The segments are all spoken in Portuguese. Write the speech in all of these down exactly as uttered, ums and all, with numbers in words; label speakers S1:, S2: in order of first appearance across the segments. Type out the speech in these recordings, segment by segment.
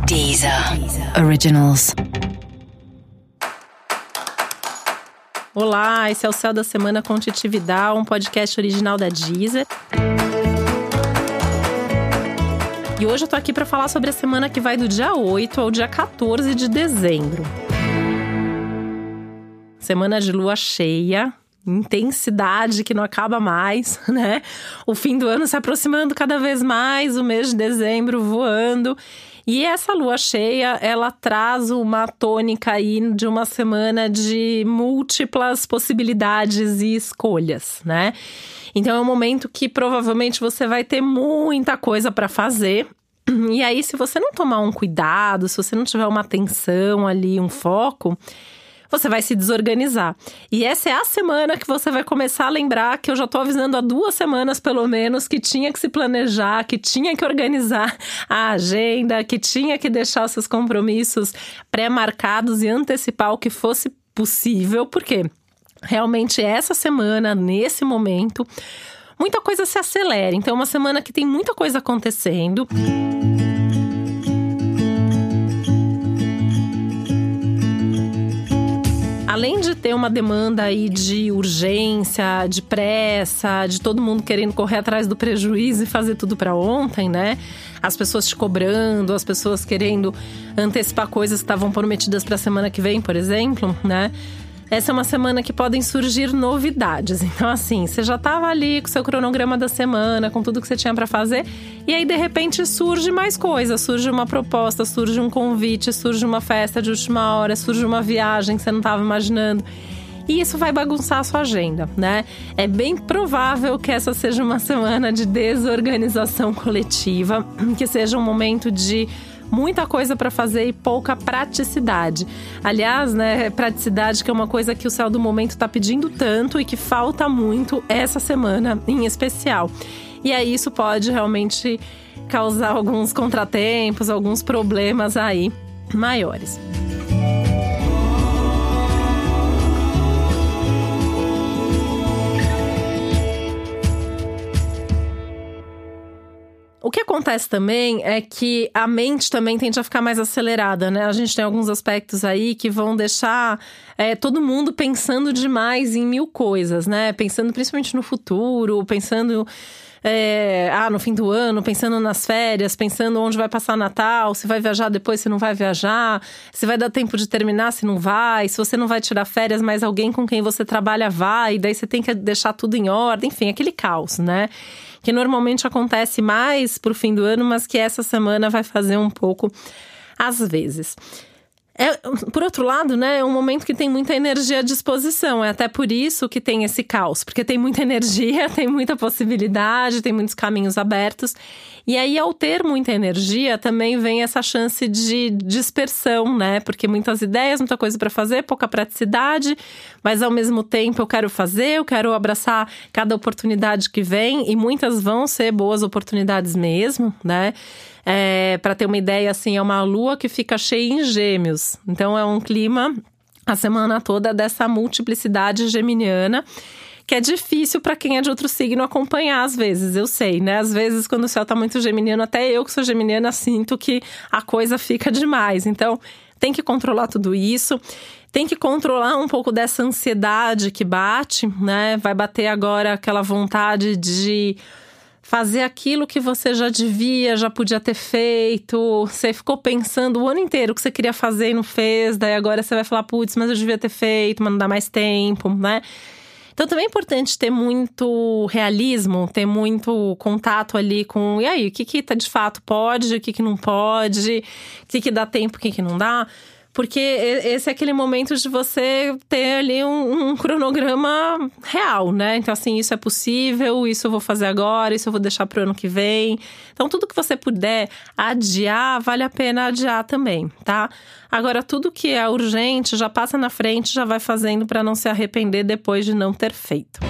S1: Deezer Originals.
S2: Olá, esse é o Céu da Semana com Titi Vidal, um podcast original da Deezer. E hoje eu tô aqui para falar sobre a semana que vai do dia oito ao dia quatorze de dezembro. Semana de lua cheia, intensidade que não acaba mais, né? O fim do ano se aproximando cada vez mais, o mês de dezembro voando. E essa lua cheia, ela traz uma tônica aí de uma semana de múltiplas possibilidades e escolhas, né? Então é um momento que provavelmente você vai ter muita coisa para fazer. E aí, se você não tomar um cuidado, se você não tiver uma atenção ali, um foco, você vai se desorganizar. E essa é a semana que você vai começar a lembrar que eu já tô avisando há duas semanas, pelo menos, que tinha que se planejar, que tinha que organizar a agenda, que tinha que deixar os seus compromissos pré-marcados e antecipar o que fosse possível, porque realmente essa semana, nesse momento, muita coisa se acelera. Então é uma semana que tem muita coisa acontecendo. Além de ter uma demanda aí de urgência, de pressa, de todo mundo querendo correr atrás do prejuízo e fazer tudo para ontem, né? As pessoas te cobrando, as pessoas querendo antecipar coisas que estavam prometidas para a semana que vem, por exemplo, né? Essa é uma semana que podem surgir novidades. Então, assim, você já estava ali com o seu cronograma da semana, com tudo que você tinha para fazer, e aí, de repente, surge mais coisa. Surge uma proposta, surge um convite, surge uma festa de última hora, surge uma viagem que você não estava imaginando. E isso vai bagunçar a sua agenda, né? É bem provável que essa seja uma semana de desorganização coletiva, que seja um momento de muita coisa para fazer e pouca praticidade. Aliás, né, praticidade que é uma coisa que o céu do momento está pedindo tanto e que falta muito essa semana em especial. E aí isso pode realmente causar alguns contratempos, alguns problemas aí maiores. O que acontece também é que a mente também tende a ficar mais acelerada, né? A gente tem alguns aspectos aí que vão deixar é, todo mundo pensando demais em mil coisas, né? Pensando principalmente no futuro, pensando é, ah, no fim do ano, pensando nas férias, pensando onde vai passar Natal, se vai viajar depois, se não vai viajar, se vai dar tempo de terminar, se não vai, se você não vai tirar férias, mas alguém com quem você trabalha vai, e daí você tem que deixar tudo em ordem, enfim, aquele caos, né? Que normalmente acontece mais pro fim do ano, mas que essa semana vai fazer um pouco às vezes. É, por outro lado, né, é um momento que tem muita energia à disposição. É até por isso que tem esse caos. Porque tem muita energia, tem muita possibilidade, tem muitos caminhos abertos. E aí, ao ter muita energia, também vem essa chance de dispersão, né? Porque muitas ideias, muita coisa para fazer, pouca praticidade. Mas, ao mesmo tempo, eu quero fazer, eu quero abraçar cada oportunidade que vem. E muitas vão ser boas oportunidades mesmo, né? É, para ter uma ideia, assim, é uma lua que fica cheia em Gêmeos. Então, é um clima, a semana toda, dessa multiplicidade geminiana, que é difícil para quem é de outro signo acompanhar, às vezes, eu sei, né? Às vezes, quando o céu tá muito geminiano, até eu que sou geminiana sinto que a coisa fica demais. Então, tem que controlar tudo isso. Tem que controlar um pouco dessa ansiedade que bate, né? Vai bater agora aquela vontade de fazer aquilo que você já devia, já podia ter feito. Você ficou pensando o ano inteiro o que você queria fazer e não fez. Daí agora você vai falar, putz, mas eu devia ter feito, mas não dá mais tempo, né? Então também é importante ter muito realismo, ter muito contato ali com... E aí, o que que tá, de fato pode, o que que não pode, o que que dá tempo, o que que não dá... Porque esse é aquele momento de você ter ali um, um cronograma real, né? Então, assim, isso é possível, isso eu vou fazer agora, isso eu vou deixar pro ano que vem. Então, tudo que você puder adiar, vale a pena adiar também, tá? Agora, tudo que é urgente, já passa na frente, já vai fazendo para não se arrepender depois de não ter feito.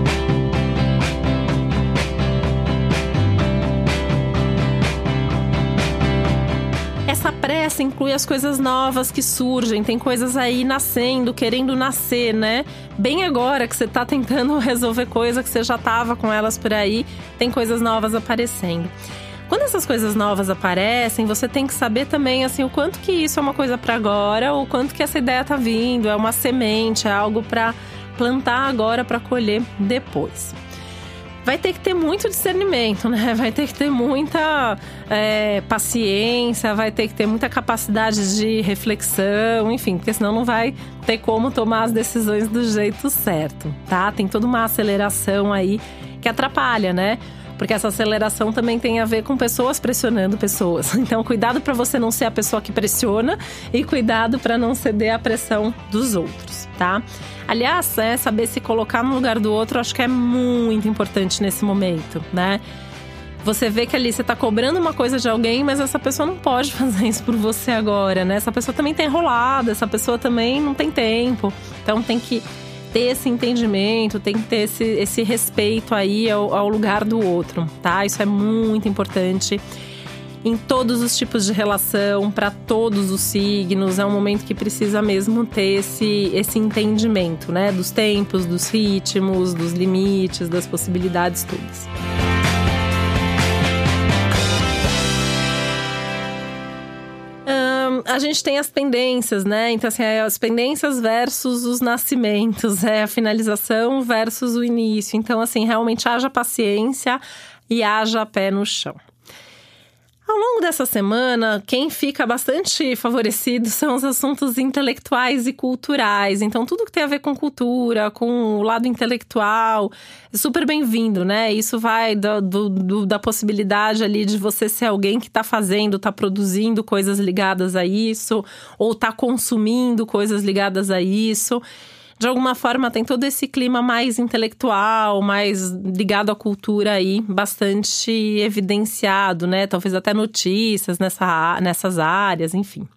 S2: Essa pressa inclui as coisas novas que surgem, tem coisas aí nascendo, querendo nascer, né? Bem agora que você tá tentando resolver coisa que você já tava com elas por aí, tem coisas novas aparecendo. Quando essas coisas novas aparecem, você tem que saber também, assim, o quanto que isso é uma coisa para agora, o quanto que essa ideia tá vindo, é uma semente, é algo para plantar agora para colher depois. Vai ter que ter muito discernimento, né? Vai ter que ter muita é, paciência, vai ter que ter muita capacidade de reflexão, enfim, porque senão não vai ter como tomar as decisões do jeito certo, tá? Tem toda uma aceleração aí que atrapalha, né? Porque essa aceleração também tem a ver com pessoas pressionando pessoas. Então, cuidado para você não ser a pessoa que pressiona e cuidado para não ceder à pressão dos outros, tá? Aliás, é, saber se colocar no lugar do outro, acho que é muito importante nesse momento, né? Você vê que ali você tá cobrando uma coisa de alguém, mas essa pessoa não pode fazer isso por você agora, né? Essa pessoa também tá enrolada, essa pessoa também não tem tempo. Então, tem que ter esse entendimento, tem que ter esse, esse respeito aí ao, ao lugar do outro, tá? Isso é muito importante em todos os tipos de relação, para todos os signos. É um momento que precisa mesmo ter esse, esse entendimento, né? Dos tempos, dos ritmos, dos limites, das possibilidades todas. A gente tem as pendências, né? Então, assim, as pendências versus os nascimentos, é a finalização versus o início. Então, assim, realmente haja paciência e haja pé no chão. Ao longo dessa semana, quem fica bastante favorecido são os assuntos intelectuais e culturais. Então, tudo que tem a ver com cultura, com o lado intelectual, é super bem-vindo, né? Isso vai do, do, do, da possibilidade ali de você ser alguém que está fazendo, está produzindo coisas ligadas a isso, ou está consumindo coisas ligadas a isso. De alguma forma, tem todo esse clima mais intelectual, mais ligado à cultura aí, bastante evidenciado, né? Talvez até notícias nessa, nessas áreas, enfim.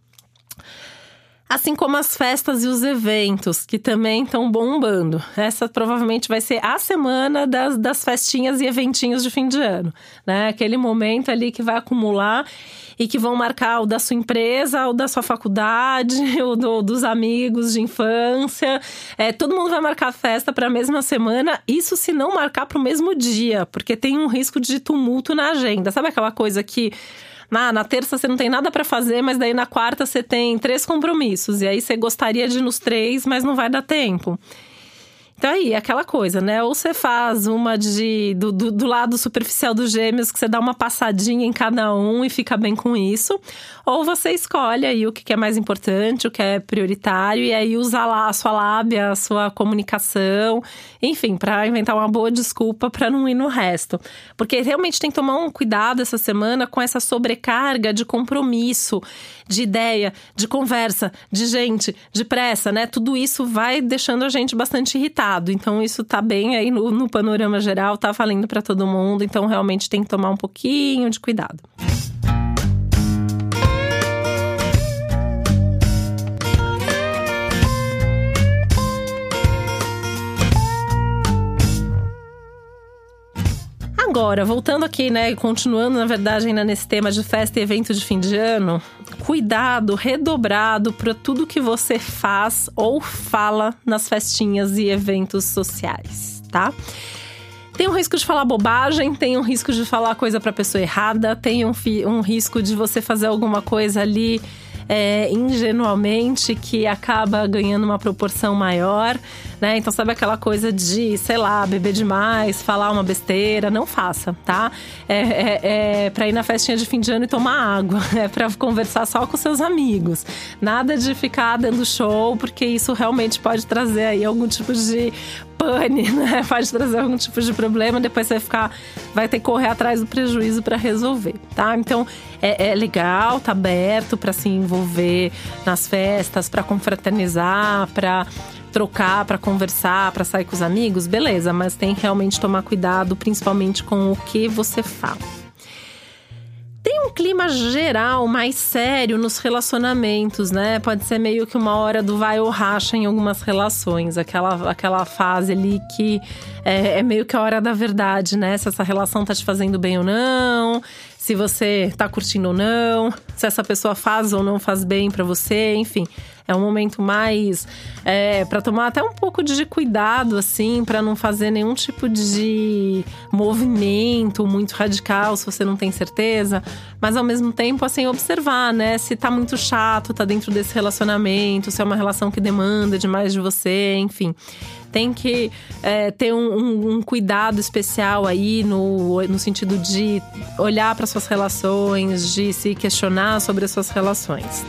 S2: Assim como as festas e os eventos, que também estão bombando. Essa provavelmente vai ser a semana das, das festinhas e eventinhos de fim de ano, né? Aquele momento ali que vai acumular e que vão marcar o da sua empresa, o da sua faculdade, o do, dos amigos de infância. É, todo mundo vai marcar a festa para a mesma semana, isso se não marcar para o mesmo dia, porque tem um risco de tumulto na agenda. Sabe aquela coisa que na, na terça você não tem nada para fazer, mas daí na quarta você tem três compromissos, e aí você gostaria de ir nos três, mas não vai dar tempo. Então aí, aquela coisa, né? Ou você faz uma de, do, do, do lado superficial dos gêmeos, que você dá uma passadinha em cada um e fica bem com isso. Ou você escolhe aí o que é mais importante, o que é prioritário, e aí usa lá a sua lábia, a sua comunicação, enfim, para inventar uma boa desculpa para não ir no resto. Porque realmente tem que tomar um cuidado essa semana com essa sobrecarga de compromisso, de ideia, de conversa, de gente, de pressa, né? Tudo isso vai deixando a gente bastante irritado. Então, isso tá bem aí no, no panorama geral, tá valendo para todo mundo. Então, realmente tem que tomar um pouquinho de cuidado. Agora, voltando aqui, né, continuando, na verdade, ainda nesse tema de festa e evento de fim de ano, cuidado redobrado para tudo que você faz ou fala nas festinhas e eventos sociais, tá? Tem um risco de falar bobagem, tem um risco de falar coisa para pessoa errada, tem um, fi- um risco de você fazer alguma coisa ali é, ingenuamente que acaba ganhando uma proporção maior, né? Então, sabe aquela coisa de, sei lá, beber demais, falar uma besteira? Não faça, tá? É, é, é pra ir na festinha de fim de ano e tomar água. É pra conversar só com seus amigos. Nada de ficar dando show, porque isso realmente pode trazer aí algum tipo de pane, né? Pode trazer algum tipo de problema. Depois você vai ficar, vai ter que correr atrás do prejuízo pra resolver, tá? Então, é, é legal, tá aberto pra se envolver nas festas, pra confraternizar, pra trocar, para conversar, para sair com os amigos, beleza, mas tem que realmente tomar cuidado, principalmente com o que você fala. Tem um clima geral mais sério nos relacionamentos, né? Pode ser meio que uma hora do vai ou racha em algumas relações, aquela, aquela fase ali que é, é meio que a hora da verdade, né? Se essa relação tá te fazendo bem ou não, se você tá curtindo ou não, se essa pessoa faz ou não faz bem pra você, enfim. É um momento mais é, para tomar até um pouco de cuidado, assim, para não fazer nenhum tipo de movimento muito radical, se você não tem certeza. Mas ao mesmo tempo, assim, observar, né? Se tá muito chato, tá dentro desse relacionamento, se é uma relação que demanda demais de você, enfim. Tem que é, ter um, um, um cuidado especial aí no, no sentido de olhar para suas relações, de se questionar sobre as suas relações.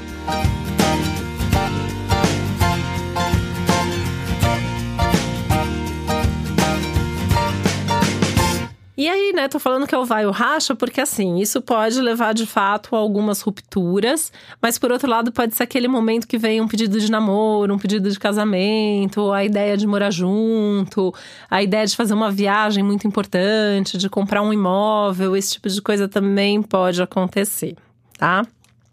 S2: E aí, né, tô falando que é o vai ou racha, porque assim, isso pode levar de fato a algumas rupturas, mas por outro lado pode ser aquele momento que vem um pedido de namoro, um pedido de casamento, a ideia de morar junto, a ideia de fazer uma viagem muito importante, de comprar um imóvel, esse tipo de coisa também pode acontecer, tá?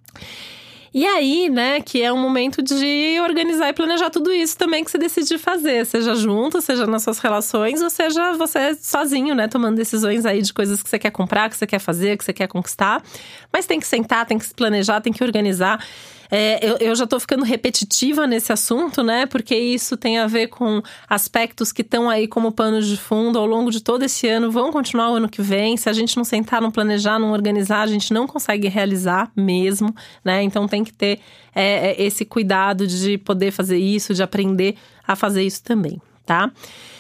S2: E aí, né, que é um momento de organizar e planejar tudo isso também que você decidir fazer. Seja junto, seja nas suas relações, ou seja você sozinho, né, tomando decisões aí de coisas que você quer comprar, que você quer fazer, que você quer conquistar. Mas tem que sentar, tem que se planejar, tem que organizar. É, eu, eu já tô ficando repetitiva nesse assunto, né? Porque isso tem a ver com aspectos que estão aí como pano de fundo ao longo de todo esse ano, vão continuar o ano que vem. Se a gente não sentar, não planejar, não organizar, a gente não consegue realizar mesmo, né? Então tem que ter é, esse cuidado de poder fazer isso, de aprender a fazer isso também, tá?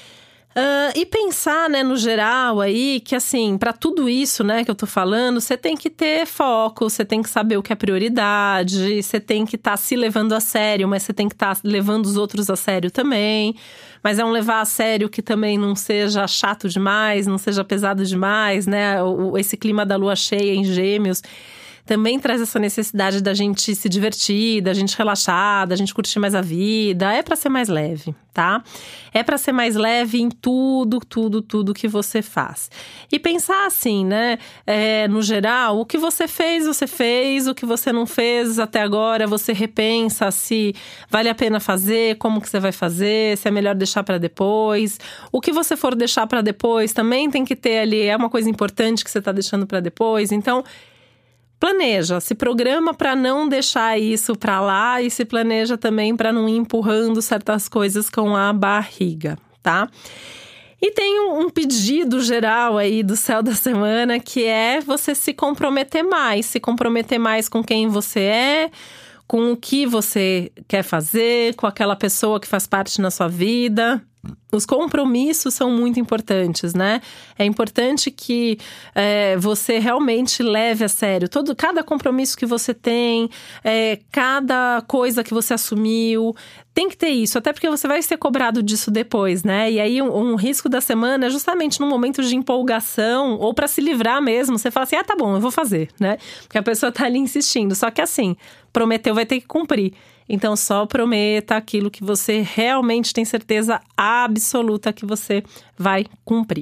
S2: Uh, e pensar, né, no geral aí, que assim, para tudo isso, né, que eu tô falando, você tem que ter foco, você tem que saber o que é prioridade, você tem que estar tá se levando a sério, mas você tem que estar tá levando os outros a sério também. Mas é um levar a sério que também não seja chato demais, não seja pesado demais, né? O, esse clima da lua cheia em Gêmeos também traz essa necessidade da gente se divertir, da gente relaxar, da gente curtir mais a vida. É para ser mais leve, tá? É para ser mais leve em tudo, tudo, tudo que você faz. E pensar assim, né? É, no geral, o que você fez, você fez. O que você não fez até agora, você repensa se vale a pena fazer, como que você vai fazer, se é melhor deixar para depois. O que você for deixar para depois também tem que ter ali, é uma coisa importante que você tá deixando para depois. Então, planeja, se programa para não deixar isso para lá e se planeja também para não ir empurrando certas coisas com a barriga, tá? E tem um, um pedido geral aí do céu da semana, que é você se comprometer mais, se comprometer mais com quem você é, com o que você quer fazer, com aquela pessoa que faz parte na sua vida. Os compromissos são muito importantes, né? É importante que é, você realmente leve a sério todo, cada compromisso que você tem, é, cada coisa que você assumiu. Tem que ter isso, até porque você vai ser cobrado disso depois, né? E aí, um, um risco da semana é justamente num momento de empolgação ou para se livrar mesmo. Você fala assim, ah, tá bom, eu vou fazer, né? Porque a pessoa tá ali insistindo. Só que assim, prometeu, vai ter que cumprir. Então, só prometa aquilo que você realmente tem certeza absoluta que você vai cumprir.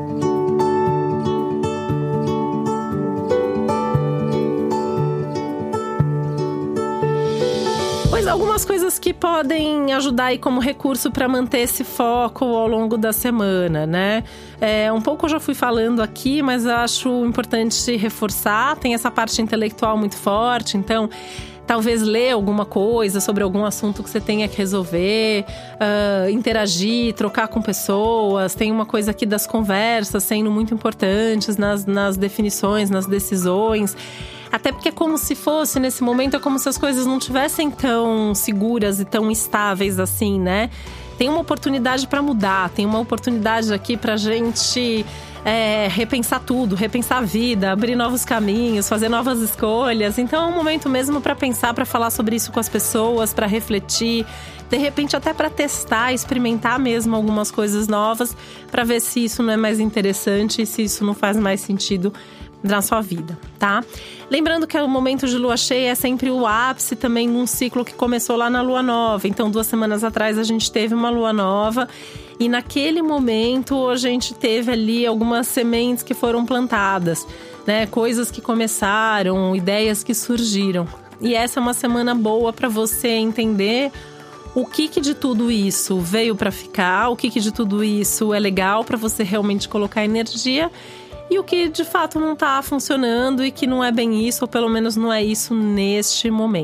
S2: Pois algumas coisas que podem ajudar aí como recurso para manter esse foco ao longo da semana, né? É, um pouco eu já fui falando aqui, mas eu acho importante reforçar. Tem essa parte intelectual muito forte, então talvez ler alguma coisa sobre algum assunto que você tenha que resolver, uh, interagir, trocar com pessoas. Tem uma coisa aqui das conversas sendo muito importantes nas, nas definições, nas decisões. Até porque é como se fosse, nesse momento, é como se as coisas não tivessem tão seguras e tão estáveis assim, né? Tem uma oportunidade para mudar, tem uma oportunidade aqui pra gente é, repensar tudo, repensar a vida, abrir novos caminhos, fazer novas escolhas. Então é um momento mesmo para pensar, para falar sobre isso com as pessoas, para refletir, de repente até para testar, experimentar mesmo algumas coisas novas, para ver se isso não é mais interessante e se isso não faz mais sentido na sua vida, tá? Lembrando que o momento de lua cheia é sempre o ápice também num ciclo que começou lá na lua nova. Então, duas semanas atrás a gente teve uma lua nova e naquele momento a gente teve ali algumas sementes que foram plantadas, né? Coisas que começaram, ideias que surgiram. E essa é uma semana boa para você entender o que, que de tudo isso veio para ficar, o que, que de tudo isso é legal para você realmente colocar energia e o que de fato não tá funcionando e que não é bem isso, ou pelo menos não é isso neste momento,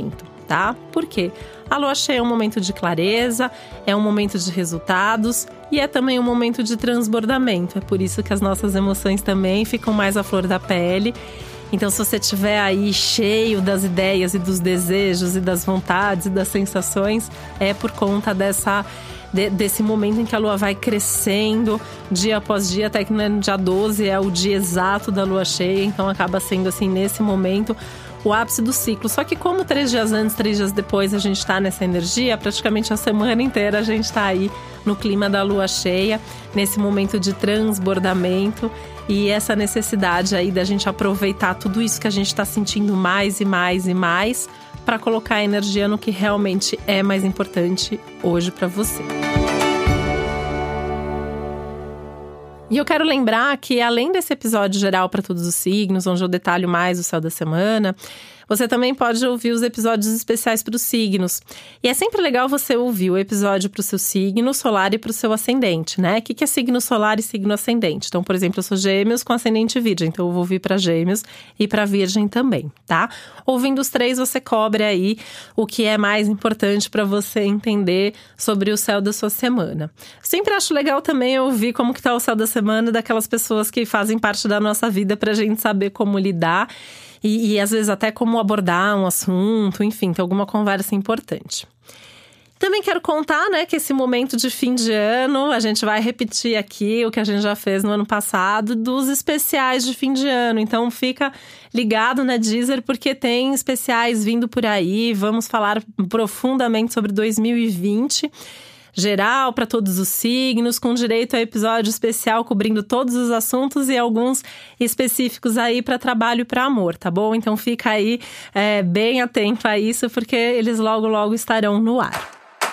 S2: tá? Por quê? A lua cheia é um momento de clareza, é um momento de resultados e é também um momento de transbordamento. É por isso que as nossas emoções também ficam mais à flor da pele. Então, se você estiver aí cheio das ideias e dos desejos e das vontades e das sensações, é por conta dessa, de, desse momento em que a lua vai crescendo dia após dia, até que no dia doze é o dia exato da lua cheia. Então, acaba sendo assim, nesse momento, o ápice do ciclo. Só que como três dias antes, três dias depois a gente está nessa energia, praticamente a semana inteira a gente está aí no clima da lua cheia, nesse momento de transbordamento e essa necessidade aí da gente aproveitar tudo isso que a gente está sentindo mais e mais e mais para colocar a energia no que realmente é mais importante hoje para você. E eu quero lembrar que, além desse episódio geral para todos os signos, onde eu detalho mais o céu da semana, você também pode ouvir os episódios especiais para os signos. E é sempre legal você ouvir o episódio para o seu signo solar e para o seu ascendente, né? O que é signo solar e signo ascendente? Então, por exemplo, eu sou Gêmeos com ascendente Virgem, então eu vou ouvir para Gêmeos e para Virgem também, tá? Ouvindo os três, você cobre aí o que é mais importante para você entender sobre o céu da sua semana. Sempre acho legal também ouvir como que tá o céu da semana daquelas pessoas que fazem parte da nossa vida para a gente saber como lidar. E, e às vezes até como abordar um assunto, enfim, ter alguma conversa importante. Também quero contar, né, que esse momento de fim de ano, a gente vai repetir aqui o que a gente já fez no ano passado, dos especiais de fim de ano. Então fica ligado na Deezer, porque tem especiais vindo por aí. Vamos falar profundamente sobre dois mil e vinte. Geral para todos os signos, com direito a episódio especial cobrindo todos os assuntos e alguns específicos aí para trabalho e para amor, tá bom? Então fica aí é, bem atento a isso, porque eles logo, logo estarão no ar.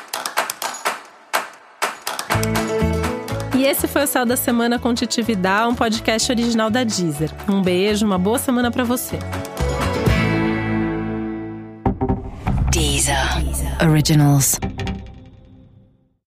S2: E esse foi o Céu da Semana com Titi Vidal, um podcast original da Deezer. Um beijo, uma boa semana para você.
S1: Deezer. Originals.